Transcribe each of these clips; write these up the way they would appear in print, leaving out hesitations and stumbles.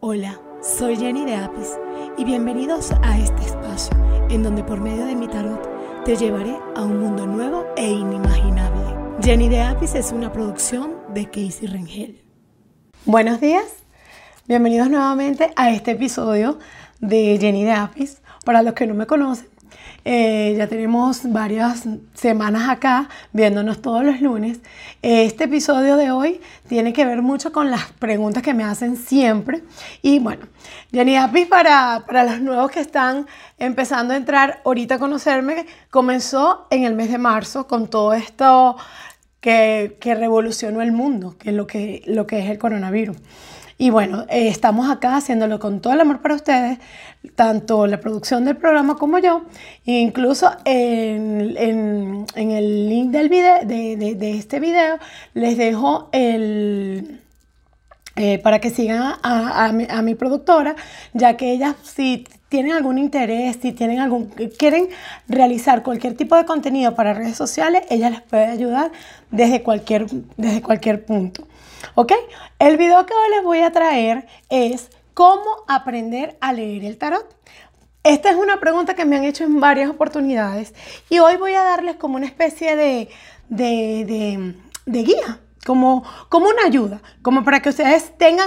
Hola, soy Jenny de Apis y bienvenidos a este espacio en donde por medio de mi tarot te llevaré a un mundo nuevo e inimaginable. Jenny de Apis es una producción de Casey Rengel. Buenos días, bienvenidos nuevamente a este episodio de Jenny de Apis. Para los que no me conocen, ya tenemos varias semanas acá viéndonos todos los lunes. Este episodio de hoy tiene que ver mucho con las preguntas que me hacen siempre. Y bueno, Jenny Apis, para los nuevos que están empezando a entrar ahorita a conocerme, comenzó en el mes de marzo con todo esto que revolucionó el mundo, que es lo que es el coronavirus. Y bueno, estamos acá haciéndolo con todo el amor para ustedes, tanto la producción del programa como yo. Incluso en el link del video, de este video les dejo para que sigan a mi productora, ya que ellas, si tienen algún interés, si quieren realizar cualquier tipo de contenido para redes sociales, ella les puede ayudar desde cualquier punto. ¿Ok? El video que hoy les voy a traer es cómo aprender a leer el tarot. Esta es una pregunta que me han hecho en varias oportunidades y hoy voy a darles como una especie de guía, como una ayuda, como para que ustedes tengan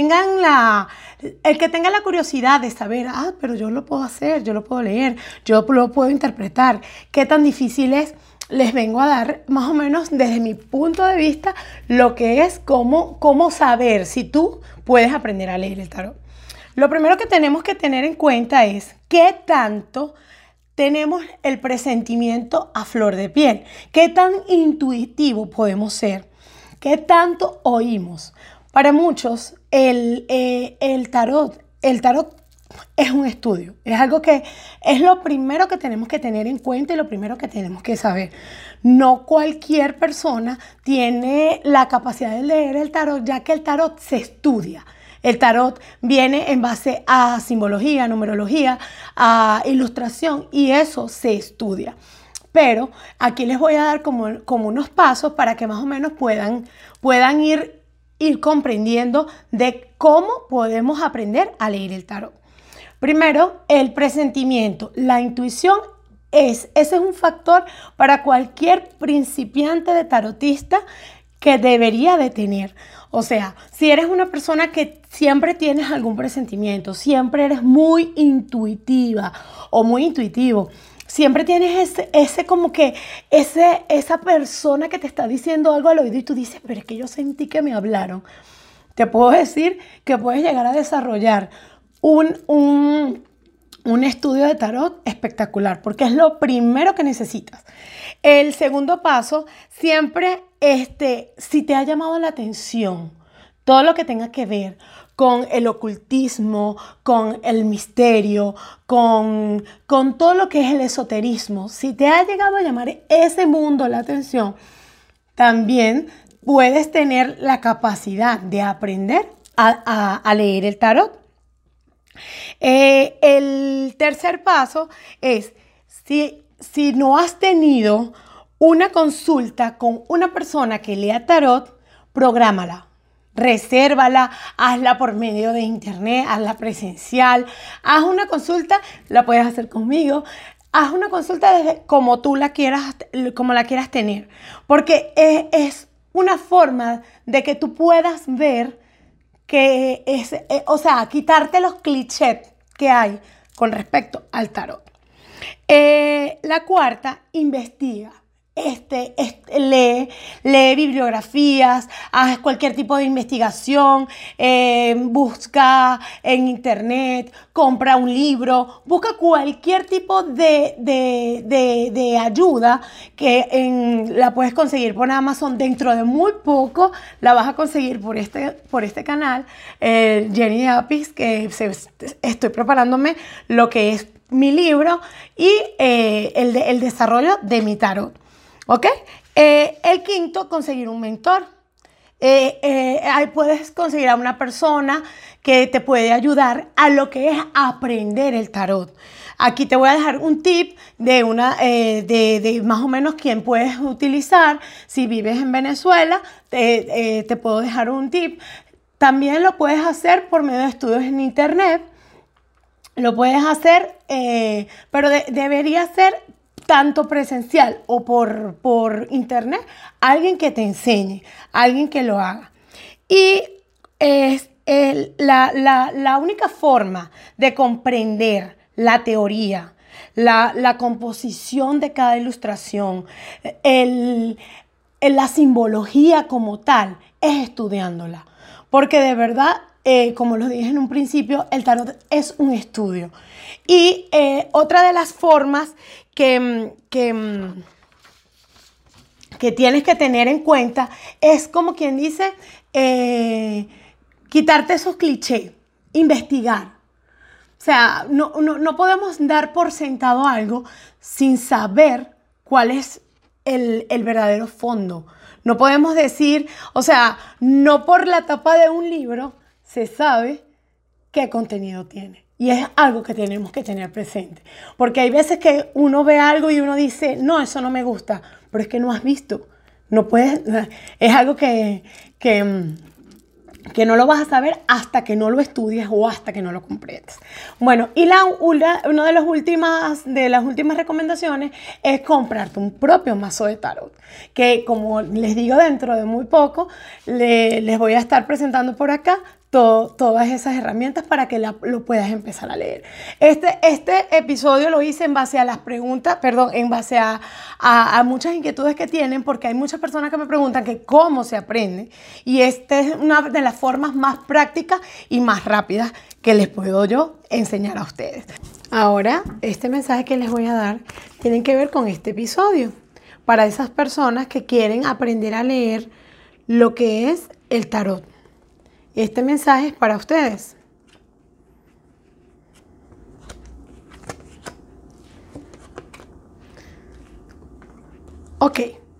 el que tenga la curiosidad de saber, pero yo lo puedo hacer, yo lo puedo leer, yo lo puedo interpretar, qué tan difícil es. Les vengo a dar más o menos desde mi punto de vista lo que es cómo saber si tú puedes aprender a leer el tarot. Lo primero que tenemos que tener en cuenta es qué tanto tenemos el presentimiento a flor de piel, qué tan intuitivo podemos ser, qué tanto oímos. Para muchos el tarot es un estudio, es algo que es lo primero que tenemos que tener en cuenta y lo primero que tenemos que saber. No cualquier persona tiene la capacidad de leer el tarot, ya que el tarot se estudia. El tarot viene en base a simbología, numerología, a ilustración y eso se estudia. Pero aquí les voy a dar como unos pasos para que más o menos puedan ir comprendiendo de cómo podemos aprender a leer el tarot. Primero, el presentimiento, la intuición, ese es un factor para cualquier principiante de tarotista que debería de tener. O sea, si eres una persona que siempre tienes algún presentimiento, siempre eres muy intuitiva o muy intuitivo, siempre tienes esa persona que te está diciendo algo al oído y tú dices, pero es que yo sentí que me hablaron. Te puedo decir que puedes llegar a desarrollar un estudio de tarot espectacular, porque es lo primero que necesitas. El segundo paso, siempre, si te ha llamado la atención todo lo que tenga que ver con el ocultismo, con el misterio, con todo lo que es el esoterismo, si te ha llegado a llamar ese mundo la atención, también puedes tener la capacidad de aprender a leer el tarot. El tercer paso es, si no has tenido una consulta con una persona que lea tarot, prográmala, resérvala, hazla por medio de internet, hazla presencial, haz una consulta, la puedes hacer conmigo, haz una consulta como la quieras tener, porque es una forma de que tú puedas ver que quitarte los clichés que hay con respecto al tarot. La cuarta, investiga. Lee bibliografías, haz cualquier tipo de investigación, busca en internet, compra un libro, busca cualquier tipo de ayuda que la puedes conseguir por Amazon. Dentro de muy poco la vas a conseguir por este canal, Jenny de Apis, que estoy preparándome lo que es mi libro y el desarrollo de mi tarot. ¿Ok? El quinto, conseguir un mentor. Ahí puedes conseguir a una persona que te puede ayudar a lo que es aprender el tarot. Aquí te voy a dejar un tip de más o menos quién puedes utilizar. Si vives en Venezuela, te puedo dejar un tip también lo puedes hacer por medio de estudios en internet. Lo puedes hacer, pero debería ser tanto presencial o por internet, alguien que te enseñe, alguien que lo haga. Y la única forma de comprender la teoría, la composición de cada ilustración, la simbología como tal, es estudiándola. Porque de verdad, como lo dije en un principio, el tarot es un estudio. Y otra de las formas que tienes que tener en cuenta es, como quien dice, quitarte esos clichés, investigar. O sea, no podemos dar por sentado algo sin saber cuál es el verdadero fondo. No podemos decir, o sea, no por la tapa de un libro se sabe qué contenido tiene. Y es algo que tenemos que tener presente. Porque hay veces que uno ve algo y uno dice, no, eso no me gusta, pero es que no has visto. No puedes, es algo que no lo vas a saber hasta que no lo estudies o hasta que no lo comprendes. Bueno, y una de las últimas recomendaciones es comprarte un propio mazo de tarot, que como les digo, dentro de muy poco les voy a estar presentando por acá todas esas herramientas para que lo puedas empezar a leer. Este episodio lo hice en base a las preguntas, en base a muchas inquietudes que tienen, porque hay muchas personas que me preguntan que cómo se aprende, y esta es una de las formas más prácticas y más rápidas que les puedo yo enseñar a ustedes. Ahora, este mensaje que les voy a dar tiene que ver con este episodio, para esas personas que quieren aprender a leer lo que es el tarot. Este mensaje es para ustedes. Ok.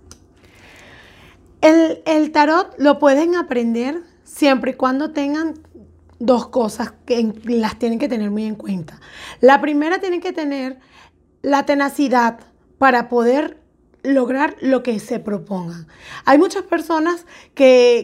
El tarot lo pueden aprender siempre y cuando tengan dos cosas que las tienen que tener muy en cuenta. La primera, tienen que tener la tenacidad para poder lograr lo que se propongan. Hay muchas personas que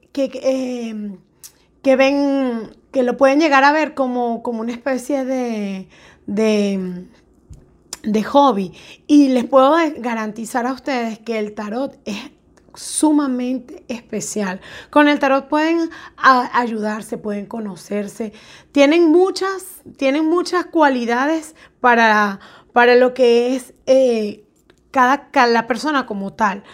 ven, que lo pueden llegar a ver como una especie de hobby. Y les puedo garantizar a ustedes que el tarot es sumamente especial. Con el tarot pueden ayudarse, pueden conocerse. Tienen muchas cualidades para lo que es la persona como tal.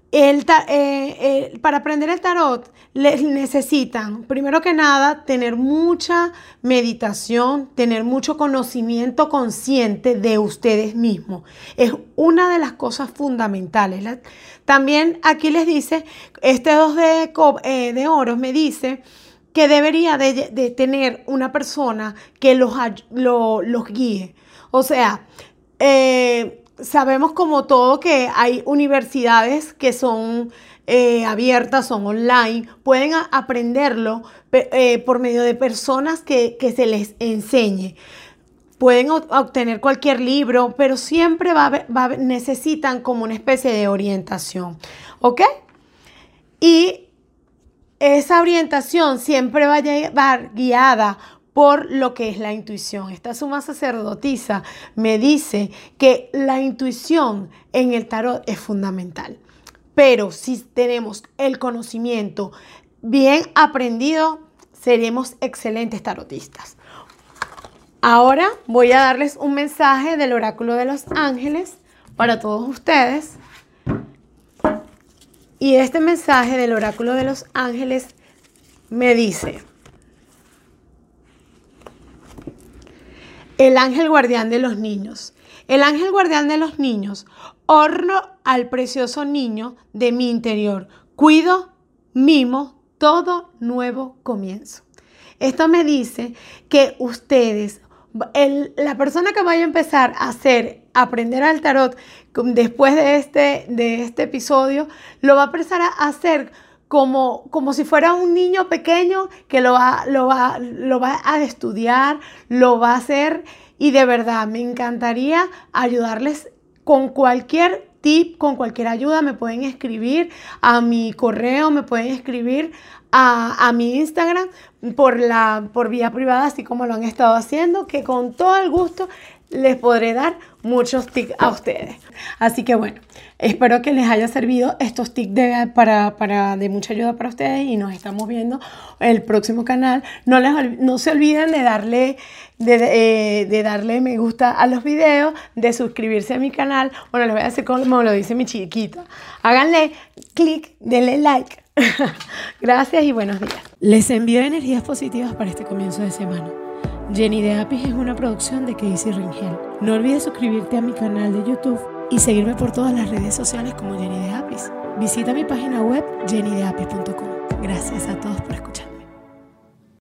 Para aprender el tarot necesitan, primero que nada, tener mucha meditación, tener mucho conocimiento consciente de ustedes mismos. Es una de las cosas fundamentales. También aquí les dice, este 2 de oros me dice que debería de tener una persona que los guíe. O sea, sabemos como todo que hay universidades que son abiertas, son online, pueden aprenderlo por medio de personas que se les enseñe. Pueden obtener cualquier libro, pero siempre necesitan como una especie de orientación, ¿ok? Y esa orientación siempre va a llevar guiada por lo que es la intuición. Esta suma sacerdotisa me dice que la intuición en el tarot es fundamental. Pero si tenemos el conocimiento bien aprendido, seremos excelentes tarotistas. Ahora voy a darles un mensaje del oráculo de los ángeles para todos ustedes. Y este mensaje del oráculo de los ángeles me dice: el ángel guardián de los niños. El ángel guardián de los niños, honro al precioso niño de mi interior. Cuido, mimo todo nuevo comienzo. Esto me dice que ustedes, la persona que vaya a empezar a aprender al tarot después de este episodio, lo va a empezar a hacer como si fuera un niño pequeño que lo va a estudiar, lo va a hacer, y de verdad me encantaría ayudarles con cualquier tip, con cualquier ayuda, me pueden escribir a mi correo, me pueden escribir a mi Instagram por vía privada, así como lo han estado haciendo, que con todo el gusto les podré dar muchos tips a ustedes. Así que bueno, espero que les haya servido estos tips de mucha ayuda para ustedes, y nos estamos viendo el próximo canal. No se olviden de darle me gusta a los videos, de suscribirse a mi canal. Bueno, les voy a hacer como lo dice mi chiquita. Háganle clic, denle like. Gracias y buenos días. Les envío energías positivas para este comienzo de semana. Jenny de Apis es una producción de Casey Ringel. No olvides suscribirte a mi canal de YouTube y seguirme por todas las redes sociales como Jenny de Apis. Visita mi página web jennydeapis.com. Gracias a todos por escuchar.